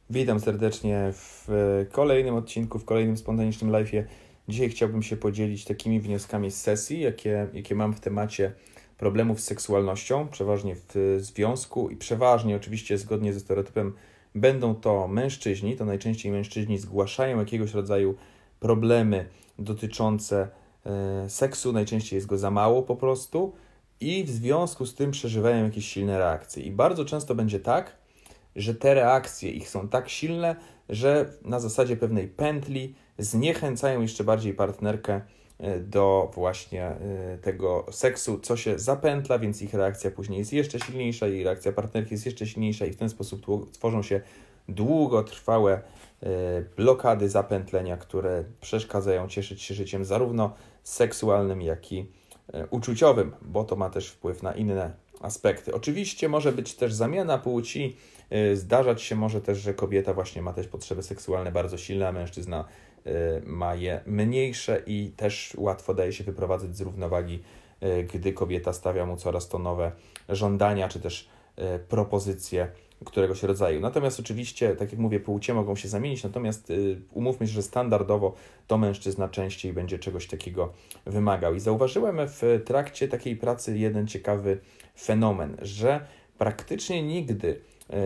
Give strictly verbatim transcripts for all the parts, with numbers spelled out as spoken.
Witam serdecznie w kolejnym odcinku, w kolejnym spontanicznym live'ie. Dzisiaj chciałbym się podzielić takimi wnioskami z sesji, jakie, jakie mam w temacie problemów z seksualnością, przeważnie w związku i przeważnie oczywiście zgodnie ze stereotypem będą to mężczyźni, to najczęściej mężczyźni zgłaszają jakiegoś rodzaju problemy dotyczące e, seksu, najczęściej jest go za mało po prostu i w związku z tym przeżywają jakieś silne reakcje. I bardzo często będzie tak, że te reakcje ich są tak silne, że na zasadzie pewnej pętli zniechęcają jeszcze bardziej partnerkę do właśnie tego seksu, co się zapętla, więc ich reakcja później jest jeszcze silniejsza, jej reakcja partnerki jest jeszcze silniejsza i w ten sposób tworzą się długotrwałe blokady, zapętlenia, które przeszkadzają cieszyć się życiem zarówno seksualnym, jak i uczuciowym, bo to ma też wpływ na inne aspekty. Oczywiście może być też zamiana płci, zdarzać się może też, że kobieta właśnie ma też potrzeby seksualne bardzo silne, a mężczyzna ma je mniejsze i też łatwo daje się wyprowadzać z równowagi, gdy kobieta stawia mu coraz to nowe żądania, czy też propozycje któregoś rodzaju. Natomiast oczywiście, tak jak mówię, płcie mogą się zamienić, natomiast umówmy się, że standardowo to mężczyzna częściej będzie czegoś takiego wymagał. I zauważyłem w trakcie takiej pracy jeden ciekawy fenomen, że praktycznie nigdy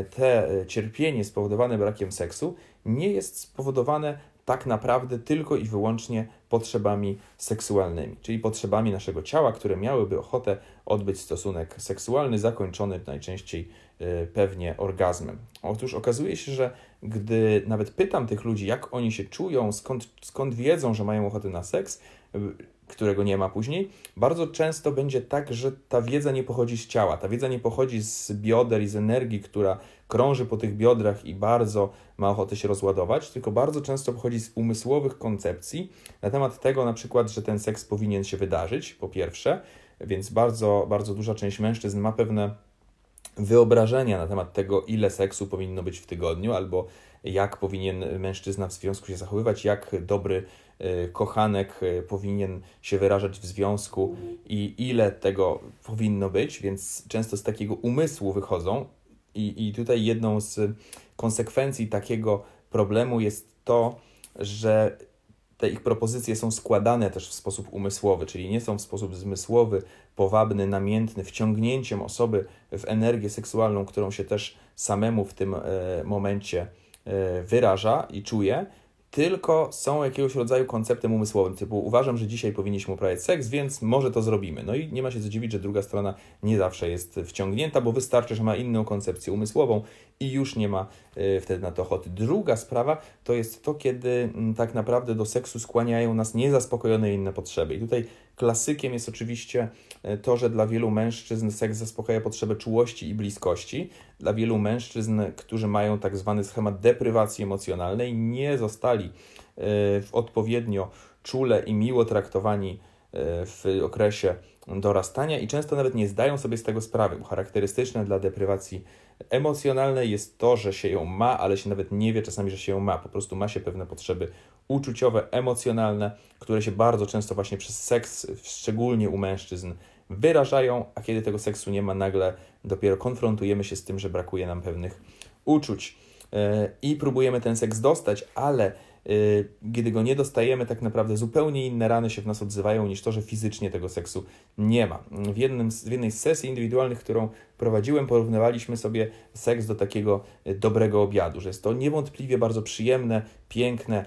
te cierpienie spowodowane brakiem seksu nie jest spowodowane tak naprawdę tylko i wyłącznie potrzebami seksualnymi, czyli potrzebami naszego ciała, które miałyby ochotę odbyć stosunek seksualny, zakończony najczęściej pewnie orgazmem. Otóż okazuje się, że gdy nawet pytam tych ludzi, jak oni się czują, skąd, skąd wiedzą, że mają ochotę na seks, którego nie ma później, bardzo często będzie tak, że ta wiedza nie pochodzi z ciała, ta wiedza nie pochodzi z bioder i z energii, która krąży po tych biodrach i bardzo ma ochotę się rozładować, tylko bardzo często pochodzi z umysłowych koncepcji na temat tego na przykład, że ten seks powinien się wydarzyć, po pierwsze, więc bardzo, bardzo duża część mężczyzn ma pewne wyobrażenia na temat tego, ile seksu powinno być w tygodniu, albo jak powinien mężczyzna w związku się zachowywać, jak dobry kochanek powinien się wyrażać w związku i ile tego powinno być, więc często z takiego umysłu wychodzą i, i tutaj jedną z konsekwencji takiego problemu jest to, że te ich propozycje są składane też w sposób umysłowy, czyli nie są w sposób zmysłowy, powabny, namiętny, wciągnięciem osoby w energię seksualną, którą się też samemu w tym momencie wyraża i czuje, tylko są jakiegoś rodzaju konceptem umysłowym, typu uważam, że dzisiaj powinniśmy uprawiać seks, więc może to zrobimy. No i nie ma się co dziwić, że druga strona nie zawsze jest wciągnięta, bo wystarczy, że ma inną koncepcję umysłową i już nie ma y, wtedy na to ochoty. Druga sprawa to jest to, kiedy m, tak naprawdę do seksu skłaniają nas niezaspokojone inne potrzeby. I tutaj klasykiem jest oczywiście to, że dla wielu mężczyzn seks zaspokaja potrzebę czułości i bliskości. Dla wielu mężczyzn, którzy mają tak zwany schemat deprywacji emocjonalnej, nie zostali w odpowiednio czule i miło traktowani w okresie dorastania i często nawet nie zdają sobie z tego sprawy, bo charakterystyczne dla deprywacji emocjonalnej jest to, że się ją ma, ale się nawet nie wie czasami, że się ją ma. Po prostu ma się pewne potrzeby uczuciowe, emocjonalne, które się bardzo często właśnie przez seks, szczególnie u mężczyzn, wyrażają, a kiedy tego seksu nie ma, nagle dopiero konfrontujemy się z tym, że brakuje nam pewnych uczuć i próbujemy ten seks dostać, ale gdy go nie dostajemy, tak naprawdę zupełnie inne rany się w nas odzywają niż to, że fizycznie tego seksu nie ma. W, jednym z, w jednej z sesji indywidualnych, którą prowadziłem, porównywaliśmy sobie seks do takiego dobrego obiadu, że jest to niewątpliwie bardzo przyjemne, piękne,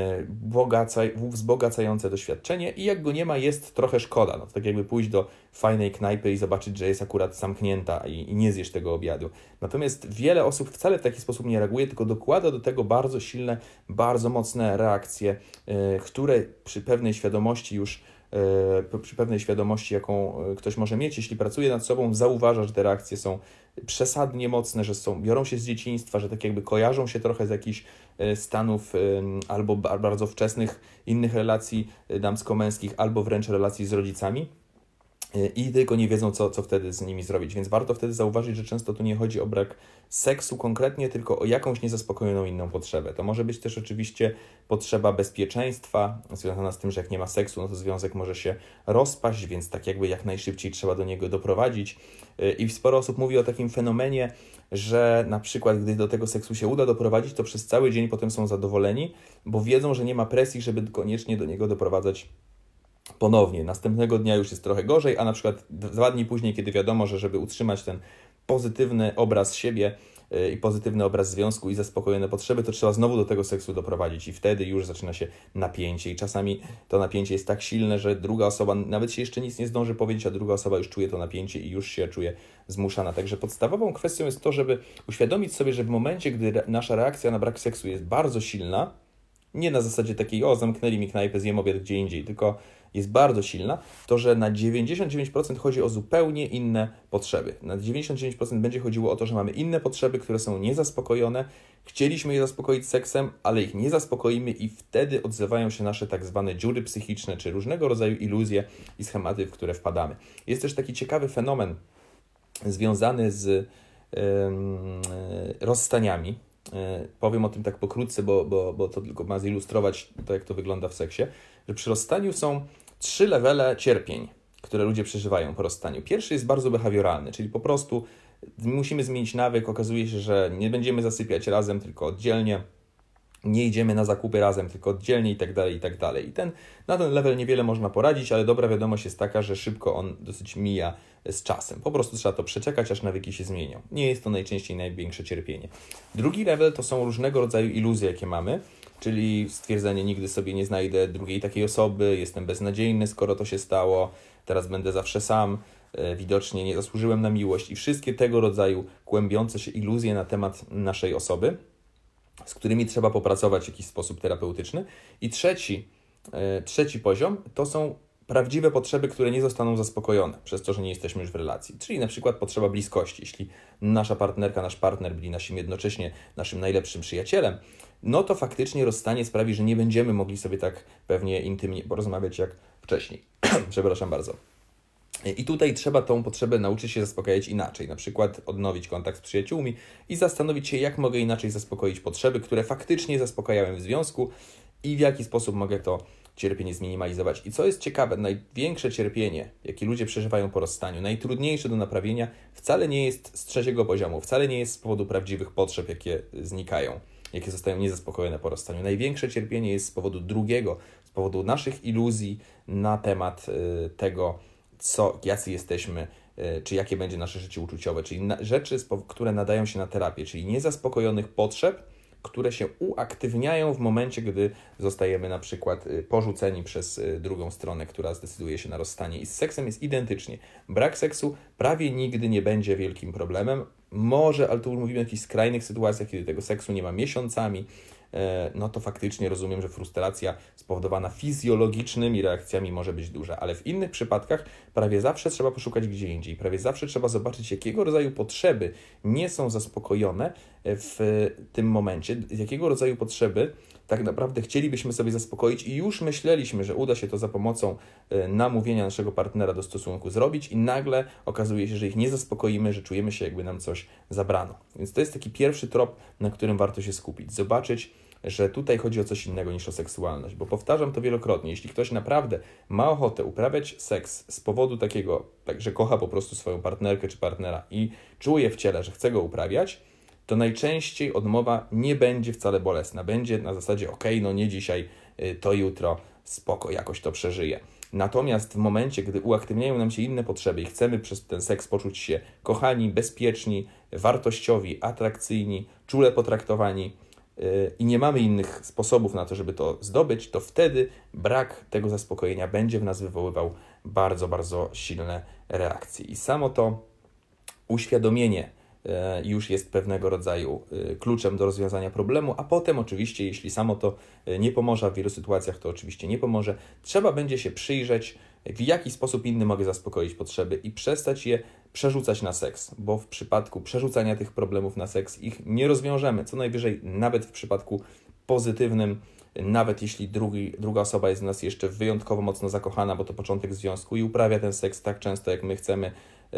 bogaca, wzbogacające doświadczenie i jak go nie ma, jest trochę szkoda. No, to tak jakby pójść do fajnej knajpy i zobaczyć, że jest akurat zamknięta i, i nie zjesz tego obiadu. Natomiast wiele osób wcale w taki sposób nie reaguje, tylko dokłada do tego bardzo silne, bardzo mocne reakcje, yy, które przy pewnej świadomości już przy pewnej świadomości, jaką ktoś może mieć, jeśli pracuje nad sobą, zauważa, że te reakcje są przesadnie mocne, że są, biorą się z dzieciństwa, że tak jakby kojarzą się trochę z jakichś stanów albo bardzo wczesnych innych relacji damsko-męskich, albo wręcz relacji z rodzicami. I tylko nie wiedzą, co, co wtedy z nimi zrobić. Więc warto wtedy zauważyć, że często tu nie chodzi o brak seksu konkretnie, tylko o jakąś niezaspokojoną inną potrzebę. To może być też oczywiście potrzeba bezpieczeństwa, związana z tym, że jak nie ma seksu, no to związek może się rozpaść, więc tak jakby jak najszybciej trzeba do niego doprowadzić. I sporo osób mówi o takim fenomenie że na przykład gdy do tego seksu się uda doprowadzić, to przez cały dzień potem są zadowoleni, bo wiedzą, że nie ma presji, żeby koniecznie do niego doprowadzać ponownie. Następnego dnia już jest trochę gorzej, a na przykład dwa dni później, kiedy wiadomo, że żeby utrzymać ten pozytywny obraz siebie i pozytywny obraz związku i zaspokojone potrzeby, to trzeba znowu do tego seksu doprowadzić i wtedy już zaczyna się napięcie i czasami to napięcie jest tak silne, że druga osoba nawet się jeszcze nic nie zdąży powiedzieć, a druga osoba już czuje to napięcie i już się czuje zmuszana. Także podstawową kwestią jest to, żeby uświadomić sobie, że w momencie, gdy nasza reakcja na brak seksu jest bardzo silna, nie na zasadzie takiej, o zamknęli mi knajpę, zjem obiad gdzie indziej, tylko jest bardzo silna, to że na dziewięćdziesiąt dziewięć procent chodzi o zupełnie inne potrzeby. Na dziewięćdziesiąt dziewięć procent będzie chodziło o to, że mamy inne potrzeby, które są niezaspokojone, chcieliśmy je zaspokoić seksem, ale ich nie zaspokoimy i wtedy odzywają się nasze tak zwane dziury psychiczne, czy różnego rodzaju iluzje i schematy, w które wpadamy. Jest też taki ciekawy fenomen związany z um, rozstaniami. Powiem o tym tak pokrótce, bo, bo, bo to tylko ma zilustrować to, jak to wygląda w seksie, że przy rozstaniu są trzy levele cierpień, które ludzie przeżywają po rozstaniu. Pierwszy jest bardzo behawioralny, czyli po prostu musimy zmienić nawyk, okazuje się, że nie będziemy zasypiać razem, tylko oddzielnie, nie idziemy na zakupy razem, tylko oddzielnie i tak dalej, i tak dalej. I ten, na ten level niewiele można poradzić, ale dobra wiadomość jest taka, że szybko on dosyć mija z czasem. Po prostu trzeba to przeczekać, aż nawyki się zmienią. Nie jest to najczęściej największe cierpienie. Drugi level to są różnego rodzaju iluzje, jakie mamy, czyli stwierdzenie, nigdy sobie nie znajdę drugiej takiej osoby, jestem beznadziejny, skoro to się stało, teraz będę zawsze sam, widocznie nie zasłużyłem na miłość i wszystkie tego rodzaju kłębiące się iluzje na temat naszej osoby, z którymi trzeba popracować w jakiś sposób terapeutyczny. I trzeci, e, trzeci poziom to są prawdziwe potrzeby, które nie zostaną zaspokojone przez to, że nie jesteśmy już w relacji. Czyli na przykład potrzeba bliskości. Jeśli nasza partnerka, nasz partner byli naszym jednocześnie naszym najlepszym przyjacielem, no to faktycznie rozstanie sprawi, że nie będziemy mogli sobie tak pewnie intymnie porozmawiać jak wcześniej. Przepraszam bardzo. I tutaj trzeba tą potrzebę nauczyć się zaspokajać inaczej, na przykład odnowić kontakt z przyjaciółmi i zastanowić się, jak mogę inaczej zaspokoić potrzeby, które faktycznie zaspokajałem w związku i w jaki sposób mogę to cierpienie zminimalizować. I co jest ciekawe, największe cierpienie, jakie ludzie przeżywają po rozstaniu, najtrudniejsze do naprawienia, wcale nie jest z trzeciego poziomu, wcale nie jest z powodu prawdziwych potrzeb, jakie znikają, jakie zostają niezaspokojone po rozstaniu. Największe cierpienie jest z powodu drugiego, z powodu naszych iluzji na temat y, tego, co, jacy jesteśmy, czy jakie będzie nasze życie uczuciowe, czyli na, rzeczy, które nadają się na terapię, czyli niezaspokojonych potrzeb, które się uaktywniają w momencie, gdy zostajemy na przykład porzuceni przez drugą stronę, która zdecyduje się na rozstanie. I z seksem jest identycznie. Brak seksu prawie nigdy nie będzie wielkim problemem. Może, ale tu mówimy o jakichś skrajnych sytuacjach, kiedy tego seksu nie ma miesiącami, no to faktycznie rozumiem, że frustracja spowodowana fizjologicznymi reakcjami może być duża, ale w innych przypadkach prawie zawsze trzeba poszukać gdzie indziej, prawie zawsze trzeba zobaczyć, jakiego rodzaju potrzeby nie są zaspokojone w tym momencie, z jakiego rodzaju potrzeby tak naprawdę chcielibyśmy sobie zaspokoić i już myśleliśmy, że uda się to za pomocą namówienia naszego partnera do stosunku zrobić i nagle okazuje się, że ich nie zaspokoimy, że czujemy się, jakby nam coś zabrano. Więc to jest taki pierwszy trop, na którym warto się skupić. Zobaczyć, że tutaj chodzi o coś innego niż o seksualność, bo powtarzam to wielokrotnie, jeśli ktoś naprawdę ma ochotę uprawiać seks z powodu takiego, tak, że kocha po prostu swoją partnerkę czy partnera i czuje w ciele, że chce go uprawiać, to najczęściej odmowa nie będzie wcale bolesna. Będzie na zasadzie, ok, no nie dzisiaj, to jutro, spoko, jakoś to przeżyję. Natomiast w momencie, gdy uaktywniają nam się inne potrzeby i chcemy przez ten seks poczuć się kochani, bezpieczni, wartościowi, atrakcyjni, czule potraktowani yy, i nie mamy innych sposobów na to, żeby to zdobyć, to wtedy brak tego zaspokojenia będzie w nas wywoływał bardzo, bardzo silne reakcje. I samo to uświadomienie już jest pewnego rodzaju kluczem do rozwiązania problemu, a potem oczywiście, jeśli samo to nie pomoże, a w wielu sytuacjach to oczywiście nie pomoże, trzeba będzie się przyjrzeć, w jaki sposób inny mogę zaspokoić potrzeby i przestać je przerzucać na seks, bo w przypadku przerzucania tych problemów na seks ich nie rozwiążemy, co najwyżej nawet w przypadku pozytywnym, nawet jeśli drugi, druga osoba jest w nas jeszcze wyjątkowo mocno zakochana, bo to początek związku i uprawia ten seks tak często, jak my chcemy,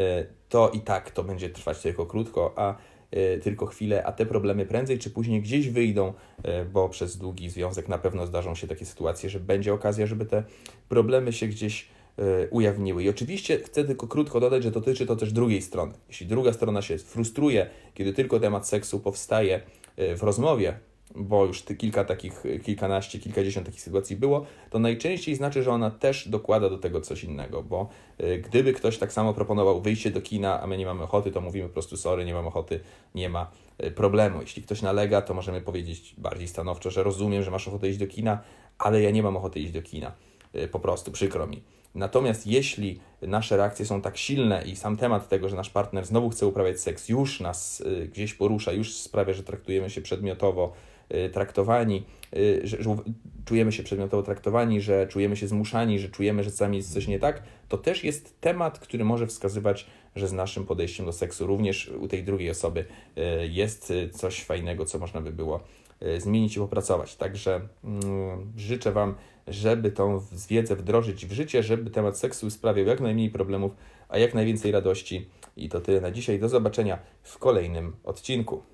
to i tak to będzie trwać tylko krótko, a tylko chwilę, a te problemy prędzej czy później gdzieś wyjdą, bo przez długi związek na pewno zdarzą się takie sytuacje, że będzie okazja, żeby te problemy się gdzieś ujawniły. I oczywiście chcę tylko krótko dodać, że dotyczy to też drugiej strony. Jeśli druga strona się frustruje, kiedy tylko temat seksu powstaje w rozmowie, bo już ty kilka takich, kilkanaście, kilkadziesiąt takich sytuacji było, to najczęściej znaczy, że ona też dokłada do tego coś innego, bo gdyby ktoś tak samo proponował wyjście do kina, a my nie mamy ochoty, to mówimy po prostu sorry, nie mam ochoty, nie ma problemu. Jeśli ktoś nalega, to możemy powiedzieć bardziej stanowczo, że rozumiem, że masz ochotę iść do kina, ale ja nie mam ochoty iść do kina. Po prostu, przykro mi. Natomiast jeśli nasze reakcje są tak silne i sam temat tego, że nasz partner znowu chce uprawiać seks, już nas gdzieś porusza, już sprawia, że traktujemy się przedmiotowo traktowani, że, że czujemy się przedmiotowo traktowani, że czujemy się zmuszani, że czujemy, że z nami jest coś nie tak, to też jest temat, który może wskazywać, że z naszym podejściem do seksu również u tej drugiej osoby jest coś fajnego, co można by było zmienić i popracować. Także mm, życzę Wam, żeby tą wiedzę wdrożyć w życie, żeby temat seksu sprawiał jak najmniej problemów, a jak najwięcej radości. I to tyle na dzisiaj. Do zobaczenia w kolejnym odcinku.